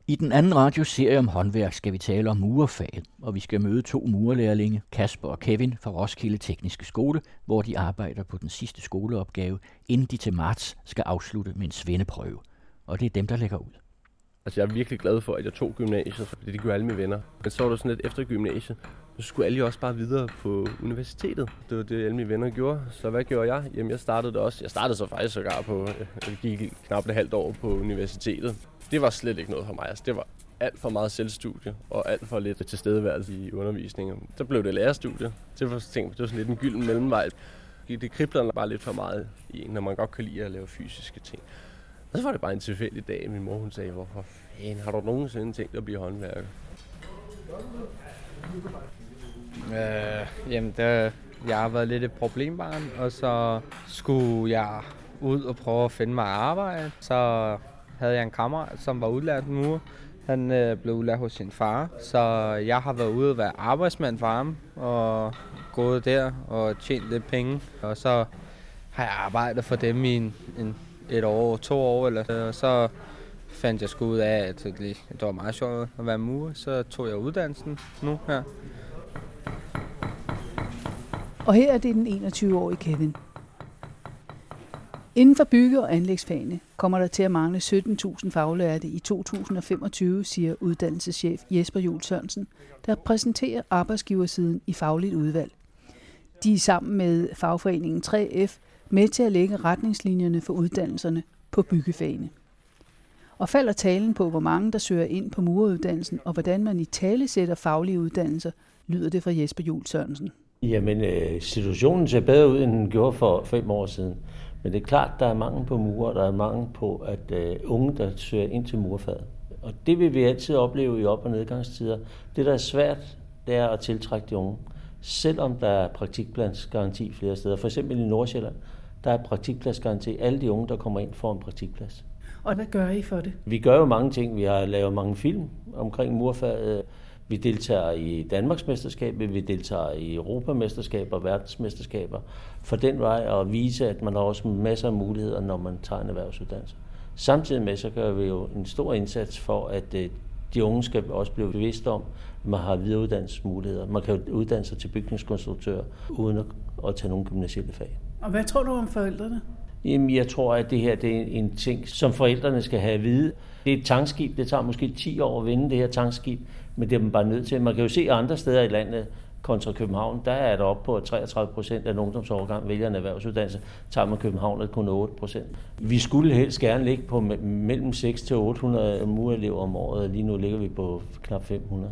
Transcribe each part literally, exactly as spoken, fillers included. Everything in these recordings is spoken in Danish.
I den anden radioserie om håndværk skal vi tale om murerfaget, og vi skal møde to murerlærlinge, Kasper og Kevin fra Roskilde Tekniske Skole, hvor de arbejder på den sidste skoleopgave, inden de til marts skal afslutte med en svendeprøve. Og det er dem, der lægger ud. Altså, jeg er virkelig glad for, at jeg tog gymnasiet, fordi det gjorde alle mine venner. Men så var det sådan lidt efter gymnasiet, så skulle alle jo også bare videre på universitetet. Det var det, alle mine venner gjorde. Så hvad gjorde jeg? Jamen, jeg startede det også. Jeg startede så faktisk sågar på, jeg gik knap et halvt år på universitetet. Det var slet ikke noget for mig. Altså, det var alt for meget selvstudie og alt for lidt tilstedeværelse i undervisningen. Så blev det lærerstudie. Det var, tænkt, det var sådan lidt en gylden mellemvej. Det kribler bare lidt for meget i en, når man godt kan lide at lave fysiske ting. Og så var det bare en tilfældig dag, min mor hun sagde, hvorfor fanden har du nogensinde tænkt at blive håndværker? Øh, jamen, det, jeg har været lidt et problembarn, og så skulle jeg ud og prøve at finde mig arbejde. Så havde jeg en kammerat, som var udlært murer. Han øh, blev udlært hos sin far, så jeg har været ude og være arbejdsmand for ham, og gået der og tjent lidt penge. Og så har jeg arbejdet for dem i en, en, et år, to år, eller så fandt jeg sgu ud af, at det var meget sjovt at være murer. Så tog jeg uddannelsen nu her. Og her er det den enogtyve-årige Kevin. Inden for bygge- og anlægsfagene kommer der til at mangle sytten tusind faglærte i to tusind og femogtyve, siger uddannelseschef Jesper Juhl Sørensen, der præsenterer arbejdsgiversiden i fagligt udvalg. De er sammen med fagforeningen tre F med til at lægge retningslinjerne for uddannelserne på byggefagene. Og falder talen på, hvor mange der søger ind på mureruddannelsen, og hvordan man i tale sætter faglige uddannelser, lyder det fra Jesper Juhl Sørensen. Jamen, situationen ser bedre ud, end den gjorde for fem år siden. Men det er klart, der er mangel på murer, der er mangel på at uh, unge, der søger ind til murerfaget. Og det vil vi altid opleve i op- og nedgangstider. Det, der er svært, det er at tiltrække de unge. Selvom der er praktikpladsgaranti flere steder. For eksempel i Nordsjælland, der er praktikpladsgaranti. Alle de unge, der kommer ind, får en praktikplads. Og hvad gør I for det? Vi gør jo mange ting. Vi har lavet mange film omkring murerfaget. Vi deltager i Danmarksmesterskabet, vi deltager i Europamesterskaber og verdensmesterskaber. For den vej at vise, at man har også masser af muligheder, når man tager en erhvervsuddannelse. Samtidig med, så gør vi jo en stor indsats for, at de unge skal også blive bevidste om, at man har videreuddannelsesmuligheder. Man kan jo uddanne sig til bygningskonstruktør, uden at tage nogle gymnasielle fag. Og hvad tror du om forældrene? Jamen, jeg tror, at det her det er en ting, som forældrene skal have at vide. Det er et tankskib. Det tager måske ti år at vinde det her tankskib, men det er man bare nødt til. Man kan jo se andre steder i landet kontra København, der er der op på treogtredive procent af en ungdomsårgang vælger en erhvervsuddannelse. Tager man København, er det kun otte procent. Vi skulle helst gerne ligge på mellem seks til otte hundrede murerelever om året. Lige nu ligger vi på knap fem hundrede.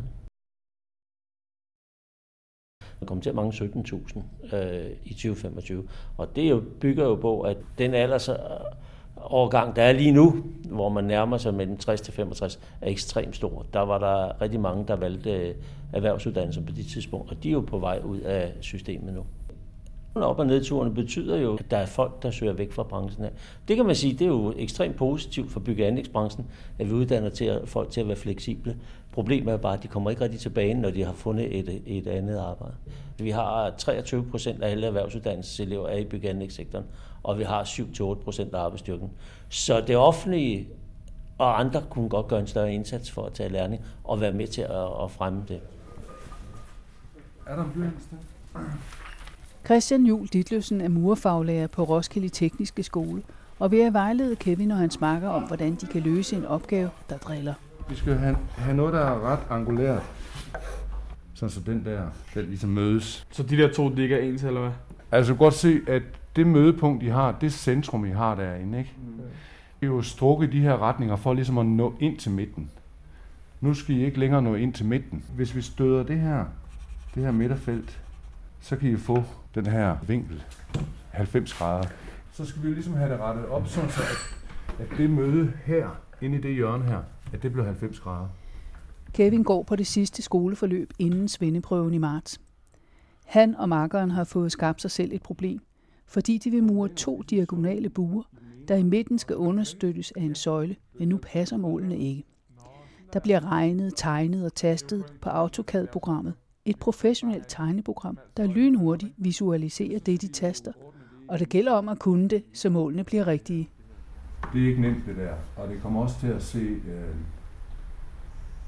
Der kommer til at mange sytten tusind øh, i tyve femogtyve. Og det jo bygger jo på, at den aldersårgang, der er lige nu, hvor man nærmer sig mellem tres til femogtres, er ekstremt stor. Der var der rigtig mange, der valgte erhvervsuddannelser på det tidspunkt, og de er jo på vej ud af systemet nu. Op- og nedturene betyder jo, at der er folk, der søger væk fra branchen her. Det kan man sige, det er jo ekstremt positivt for bygge- og anlægsbranchen, at vi uddanner til at, folk til at være fleksible. Problemet er bare, at de kommer ikke rigtig tilbage, når de har fundet et, et andet arbejde. Vi har treogtyve procent af alle erhvervsuddannelseselever er i bygge- og anlægssektoren, og vi har syv til otte procent af arbejdsstyrken. Så det offentlige og andre kunne godt gøre en større indsats for at tage lærling og være med til at, at fremme det. Er der en begyndelse? Christian Juhl Ditlevsen er murerfaglærer på Roskilde Tekniske Skole, og vil at vejlede Kevin og hans makker om, hvordan de kan løse en opgave, der driller. Vi skal have, have noget, der er ret angulært, sådan så den der, den ligesom mødes. Så de der to, de ikke er ens, eller hvad? Altså godt se, at det mødepunkt, I har, det centrum, I har derinde, ikke? Mm. I er jo strukket de her retninger for ligesom at nå ind til midten. Nu skal I ikke længere nå ind til midten. Hvis vi støder det her, det her midterfelt, så kan I få den her vinkel, halvfems grader. Så skal vi ligesom have det rettet op, sådan så at, at det møde her, inde i det hjørne her, at det bliver halvfems grader. Kevin går på det sidste skoleforløb inden svendeprøven i marts. Han og makkeren har fået skabt sig selv et problem, fordi de vil mure to diagonale buer, der i midten skal understøttes af en søjle, men nu passer målene ikke. Der bliver regnet, tegnet og tastet på AutoCAD-programmet. Et professionelt tegneprogram, der lynhurtigt visualiserer det, de taster. Og det gælder om at kunne det, så målene bliver rigtige. Det er ikke nemt det der, og det kommer også til at se øh,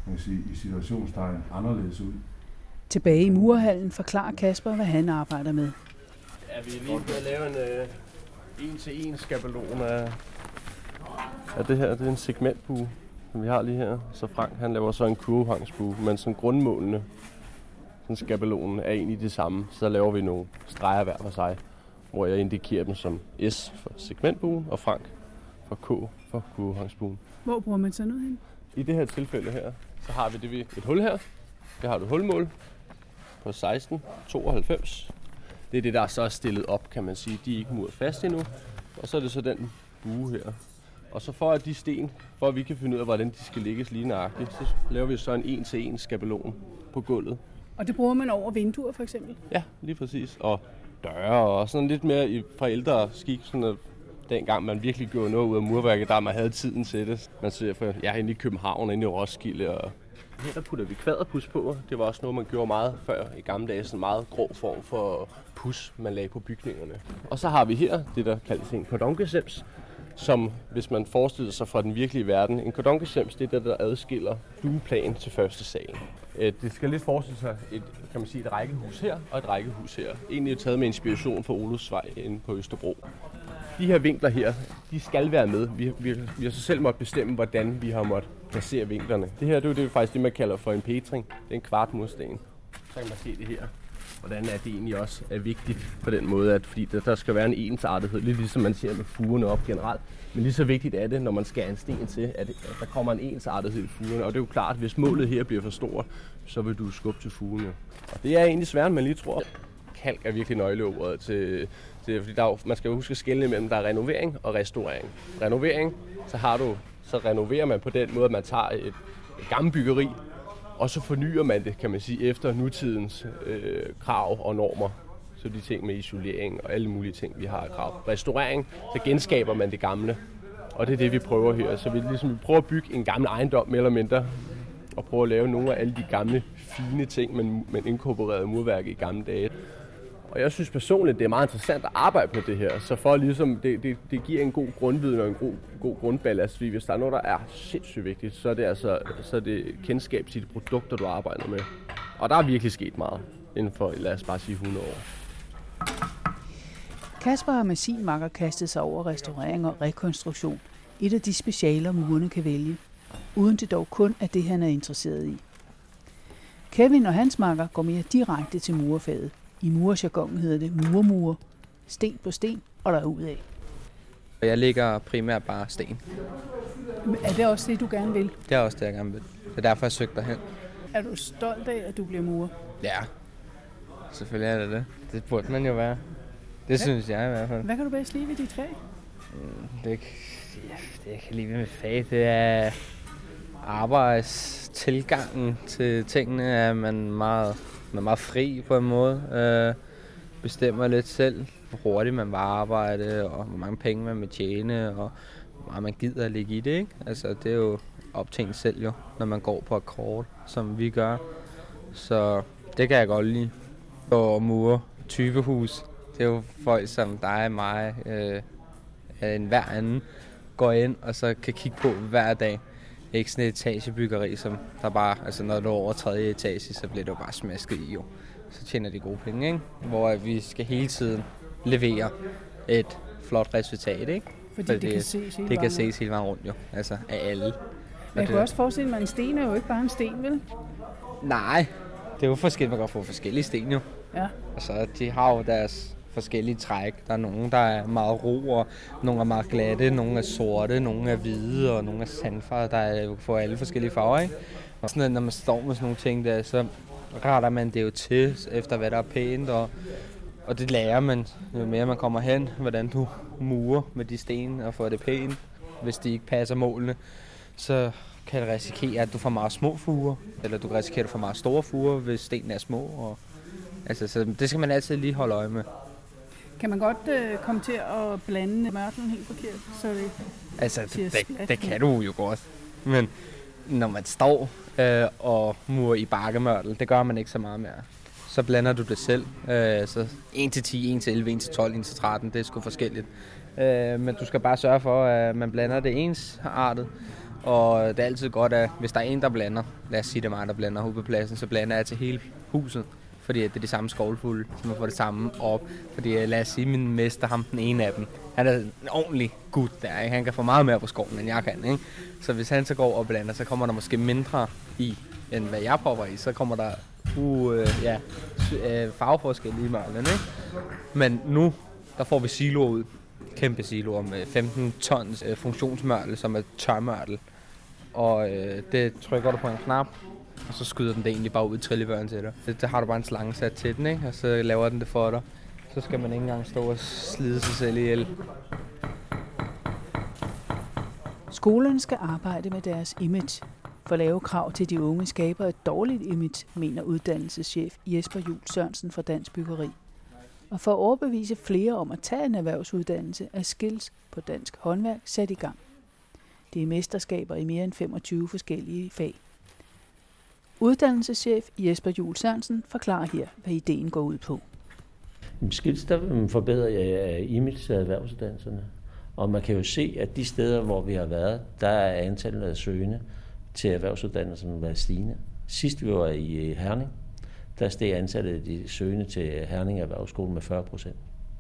kan jeg sige, i situationstegn ved ud. Tilbage i murhallen forklarer Kasper, hvad han arbejder med. Ja, vi er lige ved at lave en øh, en-til-en skabelon af, af det her. Det er en segmentbue, som vi har lige her. Så Frank han laver så en kurvehangsbue, men sådan grundmålene, sådan skabelonen er egentlig det samme. Så laver vi nogle streger hver for sig, hvor jeg indikerer dem som S for segmentbuen og Frank for K for kurvehangsbuen. Hvor bruger man sådan noget hen? I det her tilfælde her, så har vi det ved et hul her. Der har du et hulmål på seksten tooghalvfems. Det er det, der er så stillet op, kan man sige. De er ikke muret fast endnu. Og så er det så den bue her. Og så for at de sten, for at vi kan finde ud af, hvordan de skal lægges lige nøjagtigt, så laver vi så en en-til-en skabelon på gulvet. Og det bruger man over vinduer for eksempel? Ja, lige præcis. Og døre og sådan lidt mere i, fra ældre skik, sådan at dengang man virkelig gjorde noget ud af murværket, der man havde tiden til det. Man ser for, jeg er inde i København, inde i Roskilde. Og her der putter vi kvaderpus på. Det var også noget, man gjorde meget før i gamle dage. Sådan en meget grov form for pus, man lagde på bygningerne. Og så har vi her det, der kaldes en cordongesims, som hvis man forestiller sig fra den virkelige verden. En cordongesims, det er det, der adskiller stueplan til første salen. Det skal lidt forestille sig et, kan man sige, et rækkehus her og et rækkehus her. Egentlig taget med inspiration fra Olufsvej inde på Østerbro. De her vinkler her, de skal være med. Vi, vi, vi har så selv måttet bestemme, hvordan vi har måttet placere vinklerne. Det her det er jo det, faktisk det, man kalder for en petring. Det er en kvartmursten. Så kan man se det her. Hvordan er det egentlig også er vigtigt på den måde, at fordi der, der skal være en ensartethed, lidt ligesom man ser med fugerne op generelt. Men lige så vigtigt er det, når man skærer en sten til, at, at der kommer en ensartethed i fugerne. Og det er jo klart, at hvis målet her bliver for stort, så vil du skubbe til fugerne. Og det er egentlig sværere, end man lige tror. Kalk er virkelig nøgleordet til, til fordi der er, man skal jo huske at skelne imellem, der er renovering og restaurering. Renovering, så har du, så renoverer man på den måde, at man tager et, et gammelt byggeri, og så fornyer man det, kan man sige, efter nutidens øh, krav og normer. Så de ting med isolering og alle mulige ting, vi har af krav. Restaurering, så genskaber man det gamle, og det er det, vi prøver her. Så vi, ligesom, vi prøver at bygge en gammel ejendom, mere eller mindre, og prøve at lave nogle af alle de gamle, fine ting, men, men inkorporeret murværk i gamle dage. Og jeg synes personligt, det er meget interessant at arbejde på det her, så for ligesom, det, det, det giver en god grundviden og en god, god grundballast, fordi hvis der er noget, der er sindssygt vigtigt, så er det altså så er det kendskab til de produkter, du arbejder med. Og der er virkelig sket meget inden for, lad os bare sige, hundrede år. Kasper har med sin makker kastet sig over restaurering og rekonstruktion, et af de specialer murene kan vælge, uden det dog kun er det, han er interesseret i. Kevin og hans makker går mere direkte til murerfaget. I murerjargonen hedder det murmure, sten på sten og derudad. Jeg lægger primært bare sten. Er det også det, du gerne vil? Det er også det, jeg gerne vil. Det er derfor, jeg søgte derhen. Er du stolt af, at du bliver murer? Ja, selvfølgelig er det det. Det burde man jo være. Det ja. Synes jeg i hvert fald. Hvad kan du bedst lide ved dit fag? Det, ja, det jeg kan lide ved mit fag, det er arbejdstilgangen til tingene, at man meget, man er meget fri på en måde. Øh, bestemmer lidt selv, hvor hurtigt man vil arbejde, og hvor mange penge man vil tjene, og hvor meget man gider at ligge i det, ikke? Altså, det er jo op til en selv jo, når man går på akkord, som vi gør. Så det kan jeg godt lide. Og mure, typehus, det er jo folk som dig og mig, øh, en hver anden, går ind og så kan kigge på hver dag. Ikke sådan et etagebyggeri, som der bare, altså når du er over tredje etage, så bliver du bare smasket i jo. Så tjener de gode penge, ikke? Hvor vi skal hele tiden levere et flot resultat, ikke? Fordi, Fordi det kan ses hele Det kan ses hele vejen rundt jo, altså af alle. Men jeg kunne også forestille mig, at en sten er jo ikke bare en sten, vel? Nej, det er jo forskelligt, man kan få forskellige sten jo. Ja. Altså, de har jo deres forskellige træk. Der er nogen, der er meget ro, og nogle er meget glatte, nogle er sorte, nogle er hvide, og nogle er sandfarvede. Der er jo for alle forskellige farver, ikke? Og sådan, når man står med sådan nogle ting der, så retter man det jo til, efter hvad der er pænt, og, og det lærer man, jo mere man kommer hen, hvordan du murer med de sten og får det pænt. Hvis de ikke passer målene, så kan det risikere, at du får meget små fuger, eller du kan risikere, at du får meget store fuger, hvis stenene er små. Og, altså, så det skal man altid lige holde øje med. Kan man godt øh, komme til at blande mørtlen helt forkert, så det Altså, det, det, det kan du jo godt. Men når man står øh, og murer i bakkemørtel, det gør man ikke så meget mere. Så blander du det selv. Øh, så en til ti, en til elleve, en til tolv, en til tretten, det er sgu forskelligt. Øh, men du skal bare sørge for, at man blander det ensartet. Og det er altid godt, at hvis der er en, der blander, lad os sige, det er mig, der blander ude på pladsen, så blander jeg til hele huset. Fordi det er de samme skovlfulde, så man får det samme op. Fordi lad os sige, min mester, ham den ene af dem, han er en ordentlig gut der, ikke? Han kan få meget mere på skoven, end jeg kan, ikke? Så hvis han så går og blander, så kommer der måske mindre i, end hvad jeg popper i. Så kommer der uh, ja, farveforskel i mørlen, ikke? Men nu, der får vi siloer ud. Kæmpe siloer med femten tons øh, funktionsmørtel, som er tørmørtel. Og øh, det trykker du på en knap, og så skyder den det egentlig bare ud i trillebøren til dig. Det, det har du bare en slange sat til den, ikke? Og så laver den det for dig. Så skal man ikke engang stå og slide sig selv ihjel. Skolerne skal arbejde med deres image. For lave krav til de unge skaber et dårligt image, mener uddannelseschef Jesper Juhl Sørensen fra Dansk Byggeri. Og for at overbevise flere om at tage en erhvervsuddannelse, er Skills på Dansk Håndværk sat i gang. Det er mesterskaber i mere end femogtyve forskellige fag. Uddannelseschef Jesper Juhl Sørensen forklarer her, hvad ideen går ud på. I Skills der forbedrer jeg image af erhvervsuddannelserne. Og man kan jo se, at de steder, hvor vi har været, der er antallet af søgende til erhvervsuddannelserne været stigende. Sidst vi var i Herning, der steg antallet af de søgende til Herning Erhvervsskole med fyrre procent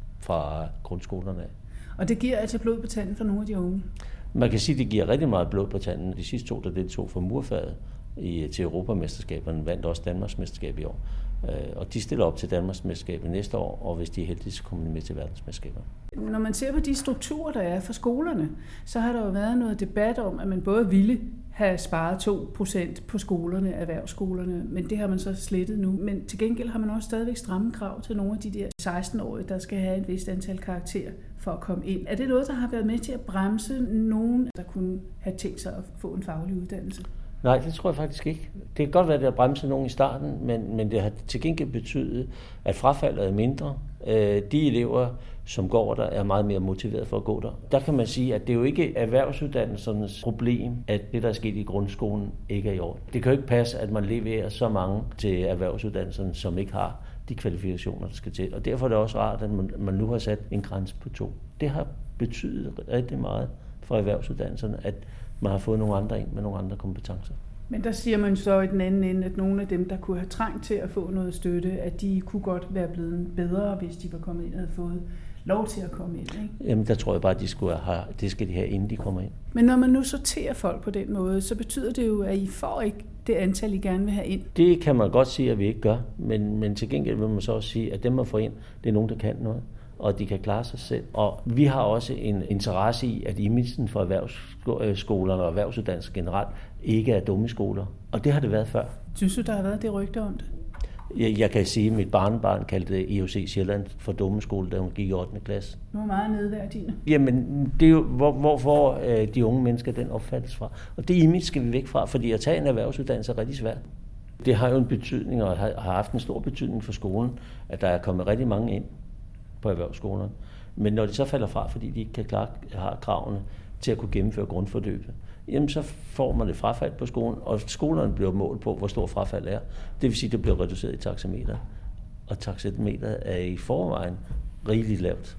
fra grundskolerne af. Og det giver altså blod på tanden for nogle af de unge? Man kan sige, at det giver rigtig meget blod på tanden. De sidste to, der deltog for murfaget i, til Europamesterskaberne, vandt også Danmarksmesterskab i år. Og de stiller op til Danmarksmesterskabet næste år, og hvis de er heldige, så kommer de med til verdensmesterskaberne. Når man ser på de strukturer, der er for skolerne, så har der jo været noget debat om, at man både ville have sparet to procent på skolerne, erhvervsskolerne, men det har man så slettet nu. Men til gengæld har man også stadigvæk stramme krav til nogle af de der seksten-årige, der skal have et vist antal karakterer for at komme ind. Er det noget, der har været med til at bremse nogen, der kunne have tænkt sig at få en faglig uddannelse? Nej, det tror jeg faktisk ikke. Det kan godt være, at det har bremset nogen i starten, men, men det har til gengæld betydet, at frafaldet er mindre. De elever, som går der, er meget mere motiveret for at gå der. Der kan man sige, at det er jo ikke erhvervsuddannelsernes problem, at det, der er sket i grundskolen, ikke er i orden. Det kan jo ikke passe, at man leverer så mange til erhvervsuddannelserne, som ikke har de kvalifikationer, der skal til. Og derfor er det også rart, at man, man nu har sat en grænse på to. Det har betydet rigtig meget for erhvervsuddannelserne, at man har fået nogle andre ind med nogle andre kompetencer. Men der siger man så i den anden ende, at nogle af dem, der kunne have trængt til at få noget støtte, at de kunne godt være blevet bedre, hvis de var kommet ind og havde fået lov til at komme ind, ikke? Jamen, der tror jeg bare, at de skulle have, det skal de have, inden de kommer ind. Men når man nu sorterer folk på den måde, så betyder det jo, at I får ikke det antal, I gerne vil have ind. Det kan man godt sige, at vi ikke gør, men, men til gengæld vil man så også sige, at dem, man får ind, det er nogen, der kan noget, og de kan klare sig selv. Og vi har også en interesse i, at imagen for erhvervsskolerne og erhvervsuddannelser generelt ikke er dumme skoler. Og det har det været før. Synes du, der har været det rygte om det? Jeg, jeg kan sige, at mit barnebarn kaldte E O C Sjælland for dumme skole, da hun gik i ottende klasse. Det var meget nedværdigende. Jamen, det er jo, hvor, hvor får øh, de unge mennesker den opfattelse fra. Og det image skal vi væk fra, fordi at tage en erhvervsuddannelse er rigtig svært. Det har jo en betydning, og har, har haft en stor betydning for skolen, at der er kommet rigtig mange ind på erhvervsskolerne. Men når de så falder fra, fordi de ikke kan klare, har kravene til at kunne gennemføre grundforløbet, jamen så får man et frafald på skolen, og skolerne bliver målt på, hvor stor frafald er. Det vil sige, at det bliver reduceret i taxameteret. Og taxameteret er i forvejen rigeligt lavt.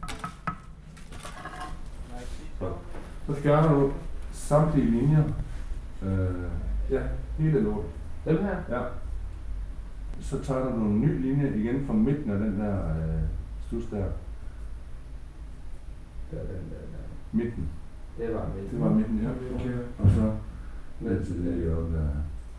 Så fjerner du samtlige linjer. Øh, ja, hele lortet. Dem her? Ja. Så tager du en ny linje igen fra midten af den der øh, stus der. Det var den der, der. Midten. Det var midten. Det var midten, ja. Okay. Og så ned til det hjørne der.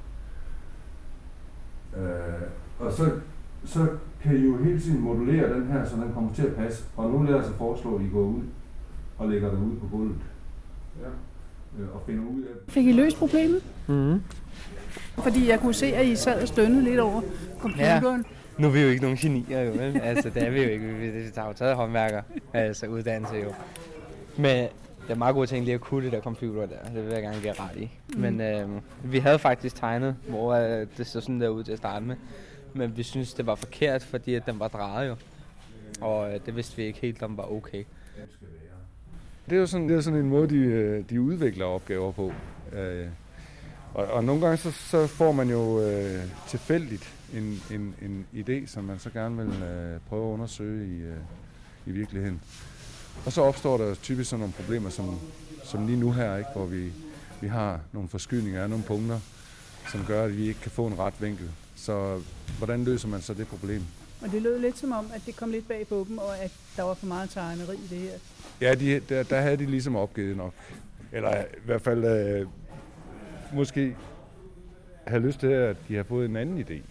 Øh, og så, så kan I jo hele tiden modulere den her, så den kommer til at passe. Og nu lader jeg så foreslå, at I går ud og lægger det ud på gulvet. Ja. Øh, og finder ud af... Fik I løst problemet? Mhm. Fordi jeg kunne se, at I sad og stønnede lidt over computeren. Ja. Nu er vi jo ikke nogen genier, jo, vel? Altså, det er vi jo ikke. Vi har jo taget håndværker, altså uddannelse jo. Men det er meget gode ting lige at kunne det der computer der. Det vil jeg gerne give ret i. Mm. Men øh, vi havde faktisk tegnet, hvor øh, det så sådan der ud til at starte med. Men vi synes det var forkert, fordi at den var drejet jo. Og øh, det vidste vi ikke helt, om var okay. Det er jo sådan, det er sådan en måde, de, de udvikler opgaver på. Øh, og, og nogle gange så, så får man jo øh, tilfældigt en, en, en idé, som man så gerne vil øh, prøve at undersøge i, øh, i virkeligheden. Og så opstår der typisk sådan nogle problemer, som, som lige nu her, ikke, hvor vi, Vi har nogle forskydninger af nogle punkter, som gør, at vi ikke kan få en ret vinkel. Så hvordan løser man så det problem? Og det lød lidt som om, at det kom lidt bag på dem, og at der var for meget tegneri i det her. Ja, de, der, der havde de ligesom opgivet nok. Eller i hvert fald øh, måske have lyst til, at de har fået en anden idé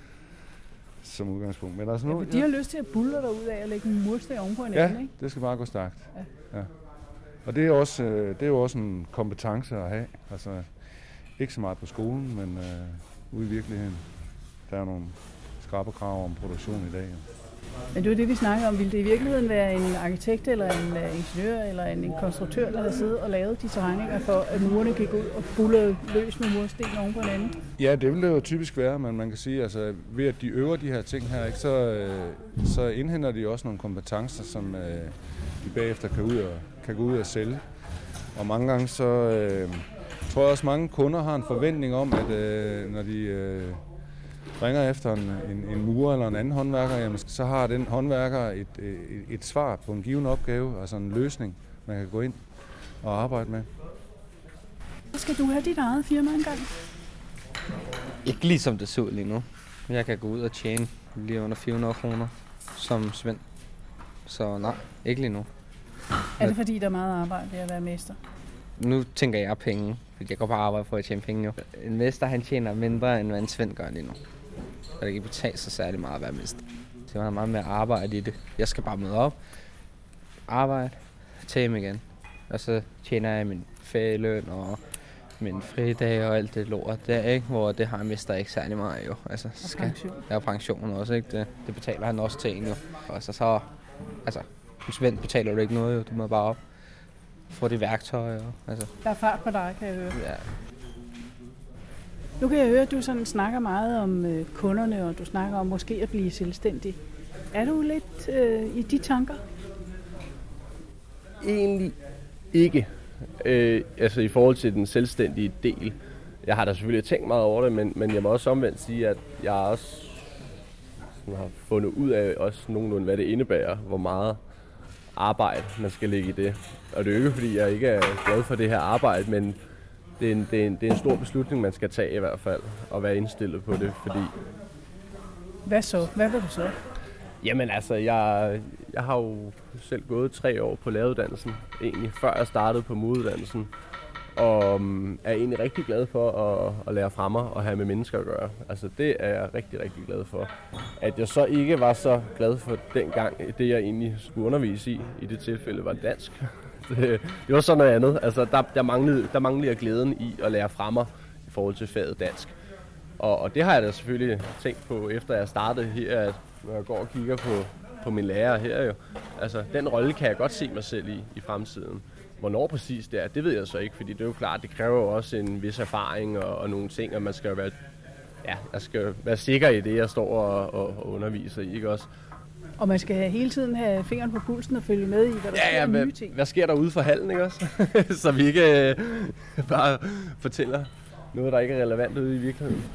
som udgangspunkt. Men altså nu, ja, for de har ja. lyst til at buldre derud af og lægge en mursten oven på hinanden, ja, ikke? det skal bare gå stærkt. Ja. Ja. Og det er, også, det er jo også en kompetence at have. Altså, ikke så meget på skolen, men øh, ude i virkeligheden. Der er nogle skrappe krav om produktion i dag. Ja. Men det var det, vi snakkede om. Ville det i virkeligheden være en arkitekt, eller en uh, ingeniør, eller en, en konstruktør, der havde siddet og lavet de tegninger for, at murene gik ud og bullede løs med mursten oven på hinanden? Ja, det ville det jo typisk være, men man kan sige, altså ved at de øver de her ting her, ikke, så, øh, så indhenter de også nogle kompetencer, som øh, de bagefter kan, ud og, kan gå ud og sælge. Og mange gange så øh, tror jeg også, mange kunder har en forventning om, at øh, når de øh, ringer efter en, en, en murer eller en anden håndværker, jamen, så har den håndværker et, et, et svar på en given opgave, altså en løsning, man kan gå ind og arbejde med. Skal du have dit eget firma engang? Ikke lige som det så lige nu. Jeg kan gå ud og tjene lige under fire hundrede kroner som Svend. Så nej, ikke lige nu. Er det fordi, der er meget arbejde ved at være mester? Nu tænker jeg penge, fordi jeg går på arbejde for at tjene penge jo. En mester, han tjener mindre, end hvad en Svend gør lige nu. Så det kan ikke betale sig særlig meget at være mester. Så jeg har meget mere arbejde i det. Jeg skal bare møde op, arbejde, tage hjem igen. Og så tjener jeg min ferieløn og min fridag og alt det lort der, ikke? Hvor det har en mester ikke særlig meget jo. Altså, og skal, pension. Ja, pension også, ikke? Det, det betaler han også til en jo. Og så så, altså, Svend betaler du ikke noget jo, du må bare op. Få de værktøjer. Altså. Der er fart på dig, kan jeg høre. Ja. Nu kan jeg høre, at du sådan snakker meget om øh, kunderne, og du snakker om måske at blive selvstændig. Er du lidt øh, i de tanker? Egentlig ikke. Øh, altså i forhold til den selvstændige del. Jeg har da selvfølgelig tænkt meget over det, men, men jeg må også omvendt sige, at jeg også sådan, har fundet ud af også nogenlunde, hvad det indebærer, hvor meget arbejde man skal lægge i det. Og det er jo ikke, fordi jeg ikke er glad for det her arbejde, men det er en, det er en, det er en stor beslutning, man skal tage i hvert fald, og være indstillet på det, fordi... Hvad så? Hvad vil du så? Jamen altså, jeg, jeg har jo selv gået tre år på læreruddannelsen, egentlig før jeg startede på modeuddannelsen, og um, er egentlig rigtig glad for at, at lære fra mig og have med mennesker at gøre. Altså det er jeg rigtig, rigtig glad for. At jeg så ikke var så glad for dengang, det jeg egentlig skulle undervise i, i det tilfælde var dansk. Det, det var sådan noget andet. Altså der, der, manglede, der manglede jeg glæden i at lære fra mig i forhold til faget dansk. Og, og det har jeg da selvfølgelig tænkt på, efter jeg startede her, at når jeg går og kigger på, på min lærer her jo. Altså den rolle kan jeg godt se mig selv i, i fremtiden. Hvornår præcis det er, det ved jeg så ikke, fordi det er jo klart, det kræver jo også en vis erfaring og, og nogle ting, og man skal jo være, ja, jeg skal være sikker i det, jeg står og, og, og underviser i, ikke også? Og man skal hele tiden have fingeren på pulsen og følge med i, hvad der ja, sker ja, nye hvad, ting. Hvad sker der ude for hallen, ikke også? Så vi ikke øh, bare fortæller noget, der ikke er relevant ude i virkeligheden.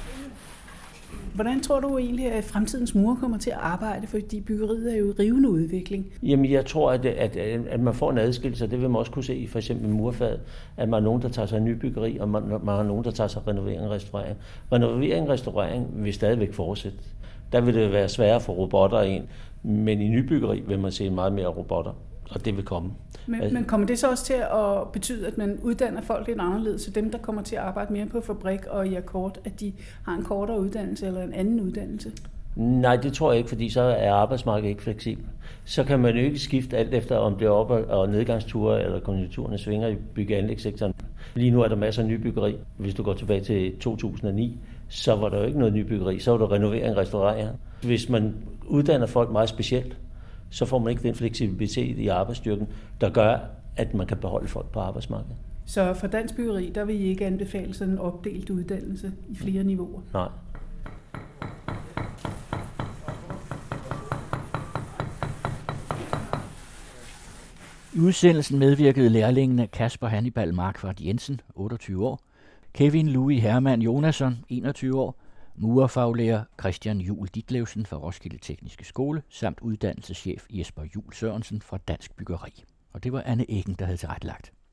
Hvordan tror du egentlig, at fremtidens murer kommer til at arbejde, fordi byggeriet er jo i rivende udvikling? Jamen, jeg tror, at, at, at man får en adskillelse, og det vil man også kunne se i for eksempel murfaget, at man er nogen, der tager sig nybyggeri, og man, man har nogen, der tager sig renovering og restaurering. Renovering og restaurering vil stadigvæk fortsætte. Der vil det være sværere for robotter ind, men i nybyggeri vil man se meget mere robotter, og det vil komme. Men, altså, men kommer det så også til at betyde, at man uddanner folk lidt anderledes, så dem, der kommer til at arbejde mere på fabrik og i akkord, at de har en kortere uddannelse eller en anden uddannelse? Nej, det tror jeg ikke, fordi så er arbejdsmarkedet ikke fleksibelt. Så kan man jo ikke skifte alt efter, om det er op- og nedgangsture eller konjunkturerne svinger i bygge- og anlægssektoren. Lige nu er der masser af nybyggeri. Hvis du går tilbage til to tusind og ni, så var der jo ikke noget nybyggeri. Så var der renovering og restaurering. Hvis man uddanner folk meget specielt, så får man ikke den fleksibilitet i arbejdsstyrken, der gør, at man kan beholde folk på arbejdsmarkedet. Så for dansk byggeri, der vil I ikke anbefale sådan en opdelt uddannelse i flere niveauer? Nej. I udsendelsen medvirkede lærlingene Kasper Hannibal Markvart Jensen, otteogtyve år, Kevin Louis Hermann Jonasson, enogtyve år, murerfaglærer Christian Juhl Ditlevsen fra Roskilde Tekniske Skole, samt uddannelseschef Jesper Juhl Sørensen fra Dansk Byggeri. Og det var Anne Eggen, der havde tilrettelagt.